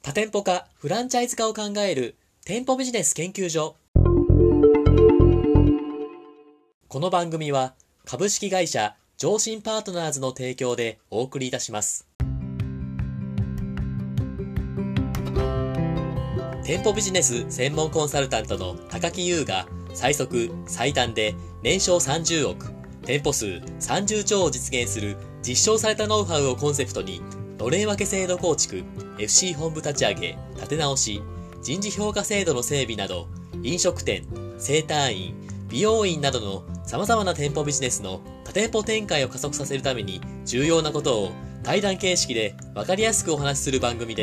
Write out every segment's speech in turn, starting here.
多店舗化、フランチャイズ化を考える店舗ビジネス研究所。この番組は株式会社上信パートナーズの提供でお送りいたします。店舗ビジネス専門コンサルタントの高木優が最速最短で年商30億、店舗数30兆を実現する実証されたノウハウをコンセプトに、のれん分け制度構築、FC 本部立ち上げ、立て直し、人事評価制度の整備など、飲食店、整体院、美容院などの様々な店舗ビジネスの多店舗展開を加速させるために重要なことを対談形式で分かりやすくお話しする番組です。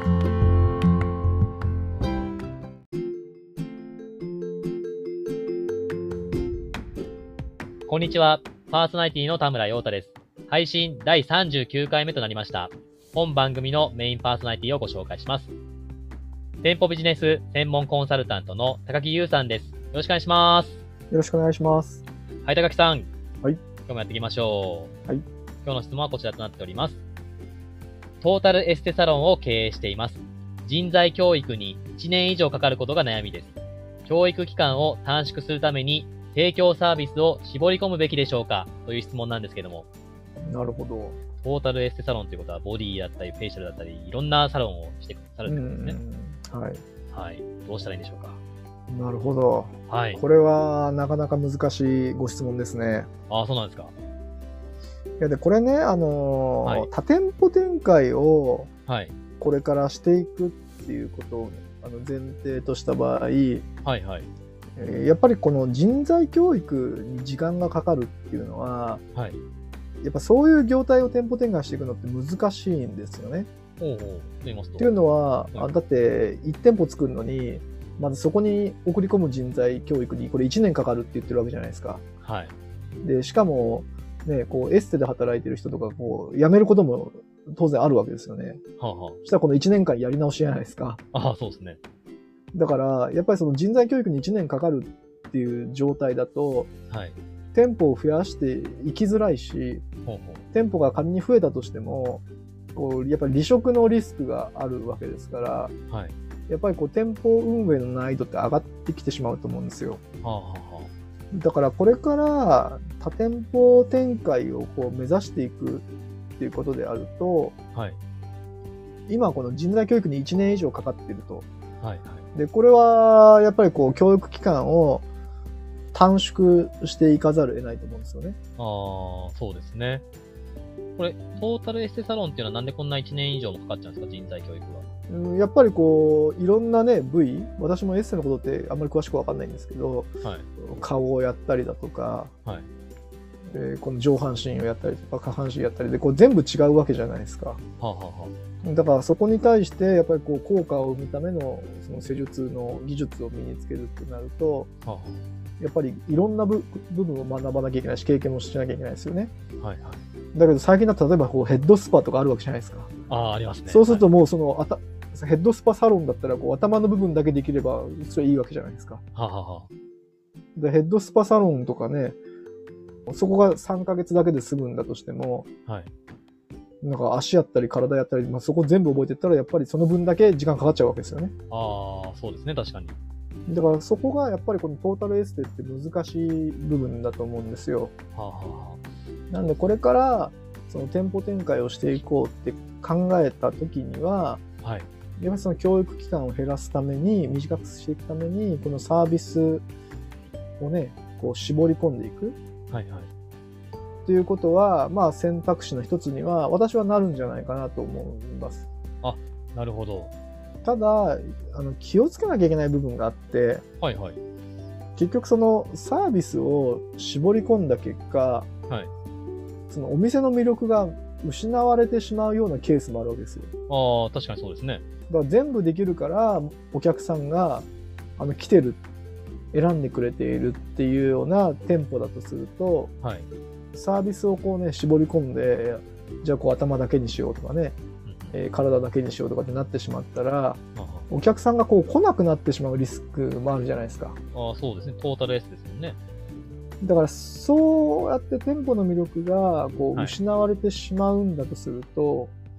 こんにちは。パーソナリティの田村陽太です。配信第39回目となりました。本番組のメインパーソナリティをご紹介します。店舗ビジネス専門コンサルタントの高木優さんです。よろしくお願いします。 よろしくお願いします。 はい、高木さん。 はい。 今日もやっていきましょう。 はい。 今日の質問はこちらとなっております。トータルエステサロンを経営しています。人材教育に1年以上かかることが悩みです。教育期間を短縮するために提供サービスを絞り込むべきでしょうかという質問なんですけども。 なるほど。 トータルエステサロンということはボディだったりフェイシャルだったりいろんなサロンをされてるんですね。 はい。 はい。どうしたらいいんでしょうか。 なるほど。 はい。 これはなかなか難しいご質問ですね。 ああ、そうなんですか。 いやでこれね、 はい、 多店舗展開をこれからしていくっていうことを、前提とした場合、はいはい。 やっぱりこの人材教育に時間がかかるっていうのは、 はい。 やっぱそういう業態を店舗展開していくのって難しいんですよね。 ほうほう。と言いますと。 っていうのは、 はい、 だって1店舗作るのに、まずそこに送り込む人材教育にこれ1年かかるって言ってるわけじゃないですか。 はい。 で、しかも、ね、こうエステで働いてる人とか、こう、辞めることも当然あるわけですよね。 はあはあ。 そしたらこの1年間やり直しじゃないですか。 ああ、そうですね。 だから、やっぱりその人材教育に1年かかるっていう状態だと、 はい。 店舗を増やしていきづらいし、 ほうほう。 店舗が仮に増えたとしても、こうやっぱり離職のリスクがあるわけですから、 はい。 やっぱりこう店舗運営の難易度って上がってきてしまうと思うんですよ。 はあはあはあ。 だからこれから多店舗展開をこう目指していくっていうことであると、 はい。 今この人材教育に1年以上かかっていると。 はい。 で、これはやっぱりこう教育期間を短縮していかざるを得ないと思うんですよね。 ああ、そうですね。これ、トータルエステサロンっていうのはなんでこんな1年以上もかかっちゃうんですか、人材教育は。 やっぱりこういろんなね部位、私もエッセのことってあんまり詳しくわかんないんですけど、はい、顔をやったりだとか、はい、この上半身をやったりとか下半身やったりでこう全部違うわけじゃないですか。はあはあ、だからそこに対してやっぱりこう効果を生むためのその施術の技術を身につけるってなると、はあはあ、やっぱりいろんな部分を学ばなきゃいけないし経験もしなきゃいけないですよね。はいはい、だけど最近だと例えばこうヘッドスパとかあるわけじゃないですか。 ありますね。 そうするともうそのヘッドスパサロンだったらこう頭の部分だけできればそれいいわけじゃないですか。ははは。でヘッドスパサロンとかね、そこが3ヶ月だけで済むんだとしても、はい、なんか足やったり体やったり、そこ全部覚えていったらやっぱりその分だけ時間かかっちゃうわけですよね。 ああ、そうですね、確かに。 だからそこがやっぱりこのトータルエステって難しい部分だと思うんですよ。はあはあ、なんでこれからその店舗展開をしていこうって考えた時には、はい、やっぱりその教育期間を減らすために短くしていくためにこのサービスをねこう絞り込んでいく、はいはい、ということはまあ選択肢の一つには私はなるんじゃないかなと思います。 あ、なるほど。 ただ気をつけなきゃいけない部分があって、はいはい、結局そのサービスを絞り込んだ結果、はい、そのお店の魅力が失われてしまうようなケースもあるわけですよ。 ああ、確かにそうですね。 だから全部できるからお客さんが来てる、選んでくれているっていうような店舗だとすると、はい、サービスをこうね絞り込んで、じゃあこう頭だけにしようとかね、体だけにしようとかってなってしまったら、お客さんがこう来なくなってしまうリスクもあるじゃないですか。 ああ、そうですね。トータルエスですもんね。 だからそうやって店舗の魅力がこう失われてしまうんだとすると、はい、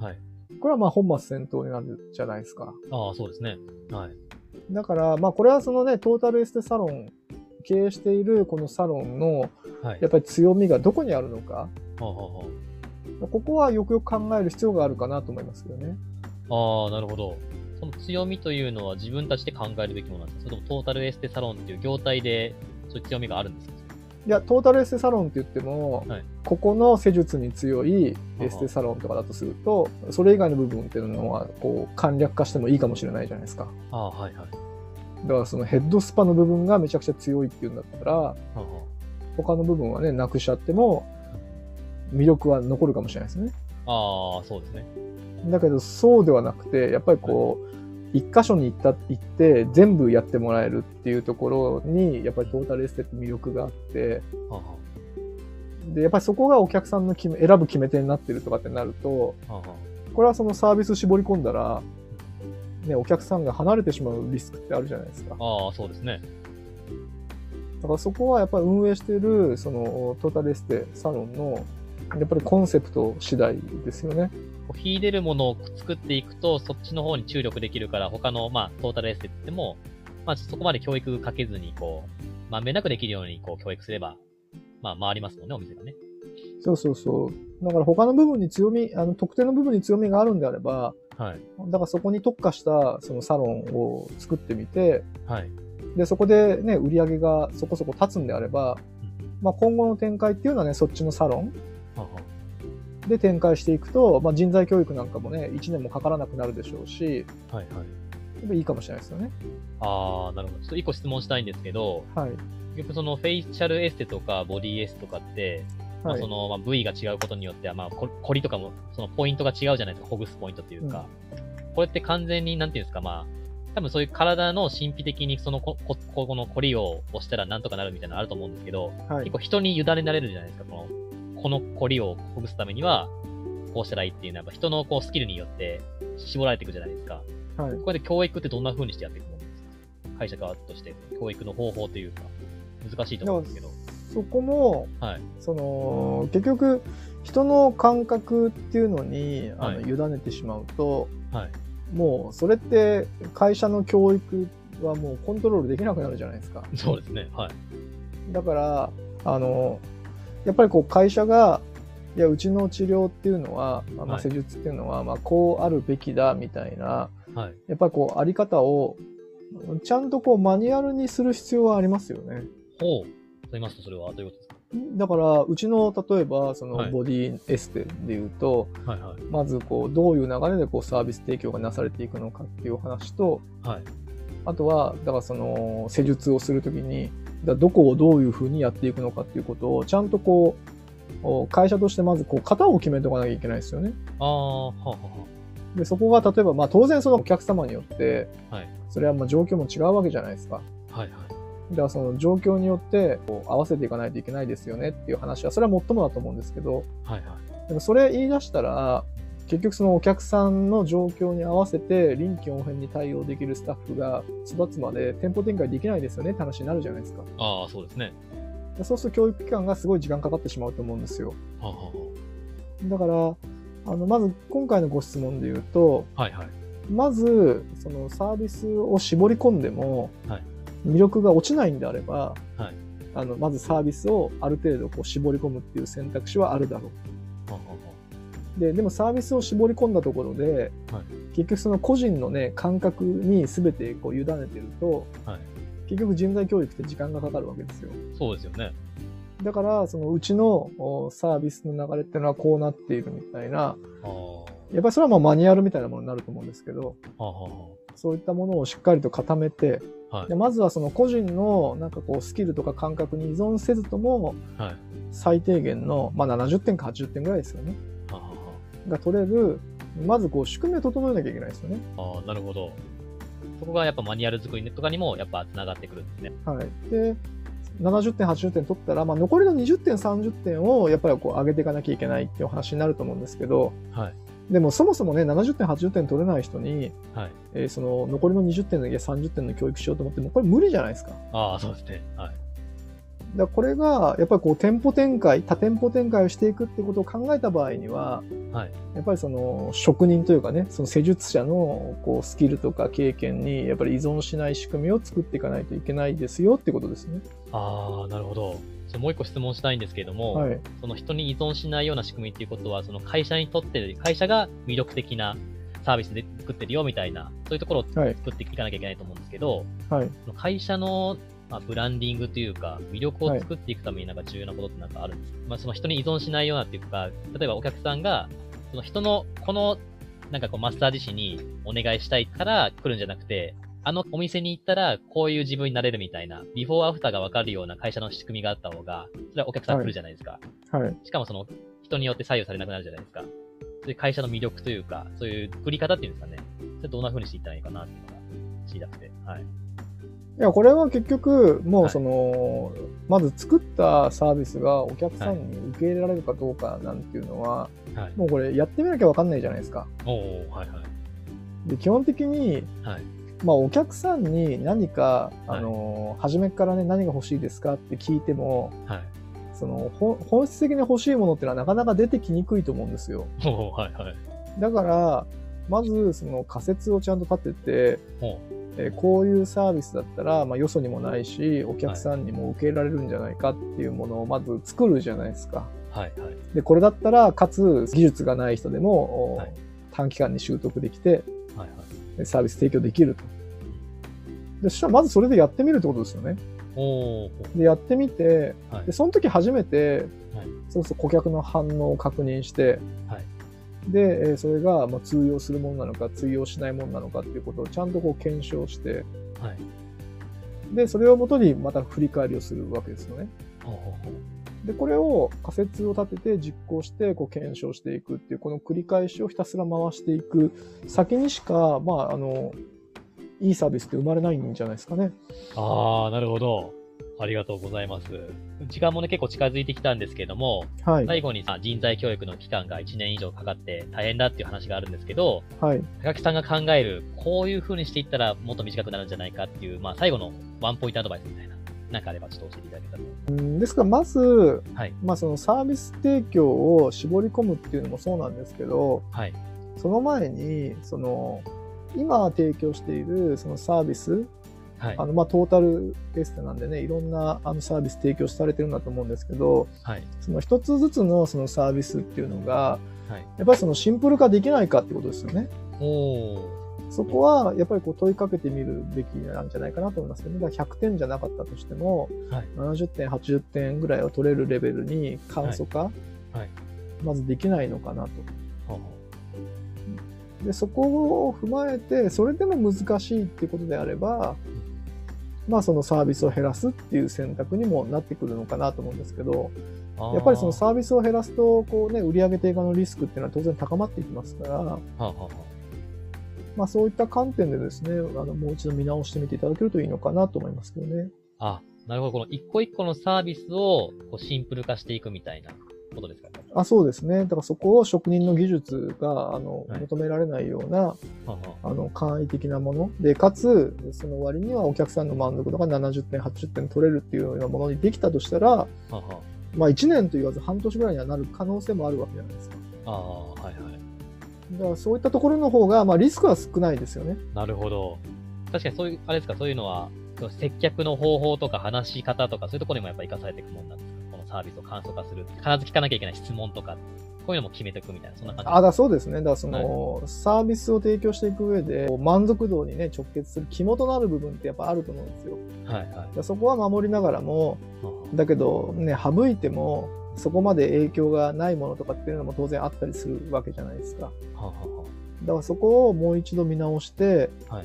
これはまあ本末転倒になるじゃないですか。 ああ、そうですね。はい。 だから、まあこれはそのね、トータルエステサロン、経営しているこのサロンの、やっぱり強みがどこにあるのか。ここはよくよく考える必要があるかなと思いますけどね。 ああ、なるほど。その強みというのは自分たちで考えるべきものなんですか？それともトータルエステサロンっていう業態でそういう強みがあるんですか？ いや、トータルエステサロンって言っても、はい、ここの施術に強いエステサロンとかだとすると、それ以外の部分っていうのはこう簡略化してもいいかもしれないじゃないですか。 ああ、はいはい。 だからそのヘッドスパの部分がめちゃくちゃ強いっていうんだったら、他の部分はね、なくしちゃっても魅力は残るかもしれないですね。 ああ、そうですね。 だけどそうではなくて、やっぱりこう、一箇所に行って全部やってもらえるっていうところに、やっぱりトータルエステって魅力があって、で、やっぱりそこがお客さんの選ぶ決め手になってるとかってなると、これはそのサービス絞り込んだら、ね、お客さんが離れてしまうリスクってあるじゃないですか。 ああ、そうですね。 だからそこはやっぱり運営している、そのトータルエステサロンの、やっぱりコンセプト次第ですよね。 秀でるものを作っていくと、そっちの方に注力できるから、他の、トータルエステって言っても、そこまで教育かけずに、まんべんなくできるように、教育すれば、回りますもんね、お店がね。 そうそうそう。だから他の部分に強み、特定の部分に強みがあるんであれば、はい。だからそこに特化した、そのサロンを作ってみて、はい。で、そこでね、売り上げがそこそこ立つんであれば、今後の展開っていうのはね、そっちのサロンで展開していくと、人材教育なんかもね、1年もかからなくなるでしょうし、はいはい。いいかもしれないですよね。 ああ、なるほど。ちょっと一個質問したいんですけど、はい。結局そのフェイシャルエステとかボディエステとかって、はい、その、部位が違うことによっては、コリとかも、そのポイントが違うじゃないですか、ほぐすポイントっていうか。これって完全に、なんていうんですか、多分そういう体の神秘的にそのこのコリを押したらなんとかなるみたいなのあると思うんですけど、はい、結構人に委ねられるじゃないですか、このコリをほぐすためには、こうしたらいいっていうのは、やっぱ人のスキルによって絞られていくじゃないですか。はい。これで教育ってどんな風にしてやっていくものですか？会社側として、教育の方法というか、難しいと思うんですけど。 そこも、はい、結局、人の感覚っていうのに委ねてしまうと、はい、もうそれって会社の教育はもうコントロールできなくなるじゃないですか。 そうですね。はい。 だから、やっぱり会社が、いや、うちの治療っていうのは、施術っていうのは、こうあるべきだみたいな、はい、やっぱりあり方を、ちゃんとマニュアルにする必要はありますよね。 ほう。と言いますと、それはどういうことですか？ だから、うちの、例えば、その、ボディエステで言うと、はいはいはい、まず、どういう流れで、サービス提供がなされていくのかっていう話と、はい、あとは、だから、その、施術をするときに、どこをどういうふうにやっていくのかっていうことを、ちゃんと会社としてまず、型を決めておかなきゃいけないですよね。 ああ、はあはあ。で、そこが、例えば、当然、そのお客様によって、はい、それは状況も違うわけじゃないですか。はいはい。だからその状況によって合わせていかないといけないですよねっていう話は、それは最もだと思うんですけど、はいはい。でもそれ言い出したら、結局そのお客さんの状況に合わせて臨機応変に対応できるスタッフが育つまで店舗展開できないですよねって話になるじゃないですか。 ああ、そうですね。 そうすると教育機関がすごい時間かかってしまうと思うんですよ。はあはあ、だから、まず今回のご質問で言うと、はいはい。まず、そのサービスを絞り込んでも、はい。魅力が落ちないんであれば、はい、まずサービスをある程度絞り込むっていう選択肢はあるだろう。はははでもサービスを絞り込んだところで、はい、結局その個人のね、感覚に全て委ねてると、はい、結局人材教育って時間がかかるわけですよ。 そうですよね。 だから、そのうちのサービスの流れっていうのはこうなっているみたいな、やっぱりそれはマニュアルみたいなものになると思うんですけど、そういったものをしっかりと固めて、はい、でまずはその個人のスキルとか感覚に依存せずとも、はい、最低限の、70点か80点ぐらいですよね。はははが取れる、まず仕組みを整えなきゃいけないですよね。 ああ、なるほど。そこがやっぱマニュアル作りとかにもやっぱ繋がってくるんですね。 はい。で、70点、80点取ったら、残りの20点、30点をやっぱり上げていかなきゃいけないっていうお話になると思うんですけど、はい。でもそもそもね、70点、80点取れない人に、はい。その残りの20点や30点の教育しようと思っても、これ無理じゃないですか。 ああ、そうですね。はい。 だからこれが、やっぱりこう店舗展開、多店舗展開をしていくってことを考えた場合には、 はい。 やっぱりその職人というかね、その施術者のこうスキルとか経験にやっぱり依存しない仕組みを作っていかないといけないですよってことですね。 ああ、なるほど。もう一個質問したいんですけれども、はい、その人に依存しないような仕組みっていうことは、その会社にとって、会社が魅力的なサービスで作ってるよみたいな、そういうところを作っていかなきゃいけないと思うんですけど、はい、その会社のブランディングというか、魅力を作っていくためになんか重要なことってなんかあるんですか？その人に依存しないようなっていうか、例えばお客さんが、その人の、この、なんかこうマッサージ師にお願いしたいから来るんじゃなくて、あのお店に行ったらこういう自分になれるみたいな、ビフォーアフターがわかるような会社の仕組みがあった方が、それはお客さん来るじゃないですか。はい。しかもその人によって左右されなくなるじゃないですか。そういう会社の魅力というか、そういう作り方っていうんですかね。それどんな風にしていったらいいかなっていうのが知りたくて。はい。 いや、これは結局、もうその、はい、まず作ったサービスがお客さんに受け入れられるかどうかなんていうのは、はい、もうこれやってみなきゃわかんないじゃないですか。はいはい。で、基本的に、はい、まあお客さんに何か、初めからね、何が欲しいですかって聞いても、はい、その、本質的に欲しいものっていうのはなかなか出てきにくいと思うんですよ。はいはい。だから、まずその仮説をちゃんと立てて、こういうサービスだったら、まあ、よそにもないし、お客さんにも受け入れられるんじゃないかっていうものをまず作るじゃないですか。はいはい、で、これだったら、かつ技術がない人でも、はい、短期間に習得できて、はいはい、サービス提供できると。で、そしたらまずそれでやってみるってことですよね。で、やってみて、はい、で、その時初めて、はい、そうすると顧客の反応を確認して、はいで、それがまあ通用するものなのか、通用しないものなのかっていうことをちゃんとこう検証して、はい、で、それをもとにまた振り返りをするわけですよね。で、これを仮説を立てて実行して、こう検証していくっていう、この繰り返しをひたすら回していく先にしか、まあ、いいサービスって生まれないんじゃないですかね。 ああ、なるほど。ありがとうございます。時間もね、結構近づいてきたんですけども、はい、最後に人材教育の期間が1年以上かかって大変だっていう話があるんですけど、はい、高木さんが考える、こういう風にしていったらもっと短くなるんじゃないかっていう、まあ最後のワンポイントアドバイスみたいな、なんかあればちょっと教えていただけたら。 ですからまず、はい、まあそのサービス提供を絞り込むっていうのもそうなんですけど、はい、その前に、その、今提供しているそのサービス、はい、まあ、トータルエステなんでね、いろんなサービス提供されてるんだと思うんですけど、はい、その一つずつのそのサービスっていうのが、はい、やっぱりそのシンプル化できないかってことですよね。そこはやっぱりこう問いかけてみるべきなんじゃないかなと思いますけど、ね、だから100点じゃなかったとしても、はい、70点、80点ぐらいを取れるレベルに簡素化、はいはい、まずできないのかなと。で、そこを踏まえて、それでも難しいっていうことであれば、まあそのサービスを減らすっていう選択にもなってくるのかなと思うんですけど、やっぱりそのサービスを減らすと、こうね、売上低下のリスクっていうのは当然高まっていきますから、まあそういった観点でですね、もう一度見直してみていただけるといいのかなと思いますけどね。 あ、なるほど。この一個一個のサービスをこうシンプル化していくみたいなことですかね。 そうですね。だからそこを職人の技術が求められないような、簡易的なもので、かつその割にはお客さんの満足度が70点、80点取れるっていうようなものにできたとしたら、まあ1年と言わず半年ぐらいにはなる可能性もあるわけじゃないですか。はいはい。だからそういったところの方が、まあリスクは少ないですよね。 なるほど。確かにそういう、あれですか、そういうのは、接客の方法とか話し方とか、そういうところにもやっぱり活かされていくものなんですか？サービスを簡素化する。必ず聞かなきゃいけない質問とか、こういうのも決めていくみたいな、そんな感じ。そうですね。だからその、はい、サービスを提供していく上で、満足度にね、直結する肝となる部分ってやっぱあると思うんですよ。はいはい。そこは守りながらも、だけどね、省いても、そこまで影響がないものとかっていうのも当然あったりするわけじゃないですか。だからそこをもう一度見直して、はい、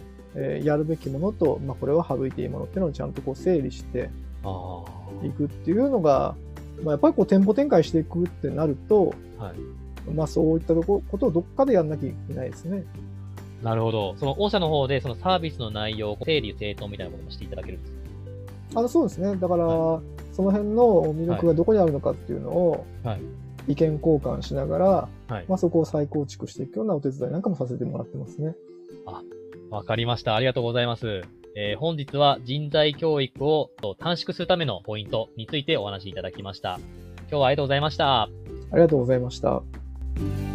やるべきものと、まあこれは省いていいものっていうのをちゃんとこう整理していくっていうのが、まあ、やっぱりこう店舗展開していくってなると、はい、まあそういったことをどっかでやんなきゃいけないですね。なるほど。その御社の方でそのサービスの内容を整理整頓みたいなこともしていただけるんですか？ そうですね。だから、はい、その辺の魅力がどこにあるのかっていうのを、はい、意見交換しながら、はい、まあそこを再構築していくようなお手伝いなんかもさせてもらってますね。 わかりました。ありがとうございます。 本日は人材教育を短縮するためのポイントについてお話しいただきました。今日はありがとうございました。 ありがとうございました。